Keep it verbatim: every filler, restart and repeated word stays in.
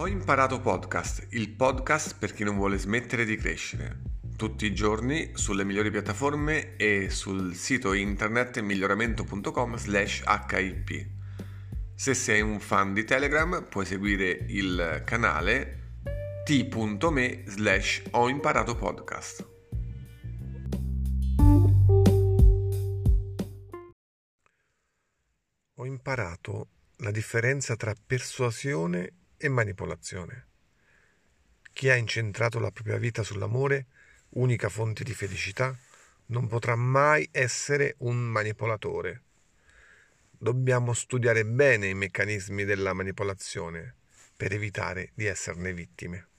Ho imparato podcast, il podcast per chi non vuole smettere di crescere. Tutti i giorni sulle migliori piattaforme e sul sito internet miglioramento punto com slash hip. Se sei un fan di Telegram puoi seguire il canale t.me slash ho imparato podcast. Ho imparato la differenza tra persuasione e manipolazione. Chi ha incentrato la propria vita sull'amore, unica fonte di felicità, non potrà mai essere un manipolatore. Dobbiamo studiare bene i meccanismi della manipolazione per evitare di esserne vittime.